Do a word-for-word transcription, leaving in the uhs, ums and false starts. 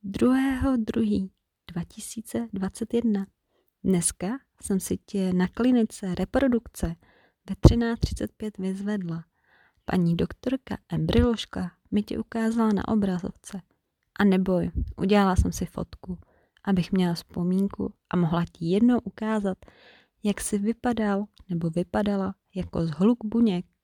druhého druhého dva tisíce dvacet jedna. Dneska jsem si tě na klinice reprodukce ve třináct třicet pět vyzvedla. Paní doktorka embryoška mi tě ukázala na obrazovce. A neboj, udělala jsem si fotku, abych měla vzpomínku a mohla ti jednou ukázat, jak jsi vypadal nebo vypadala jako zhluk buněk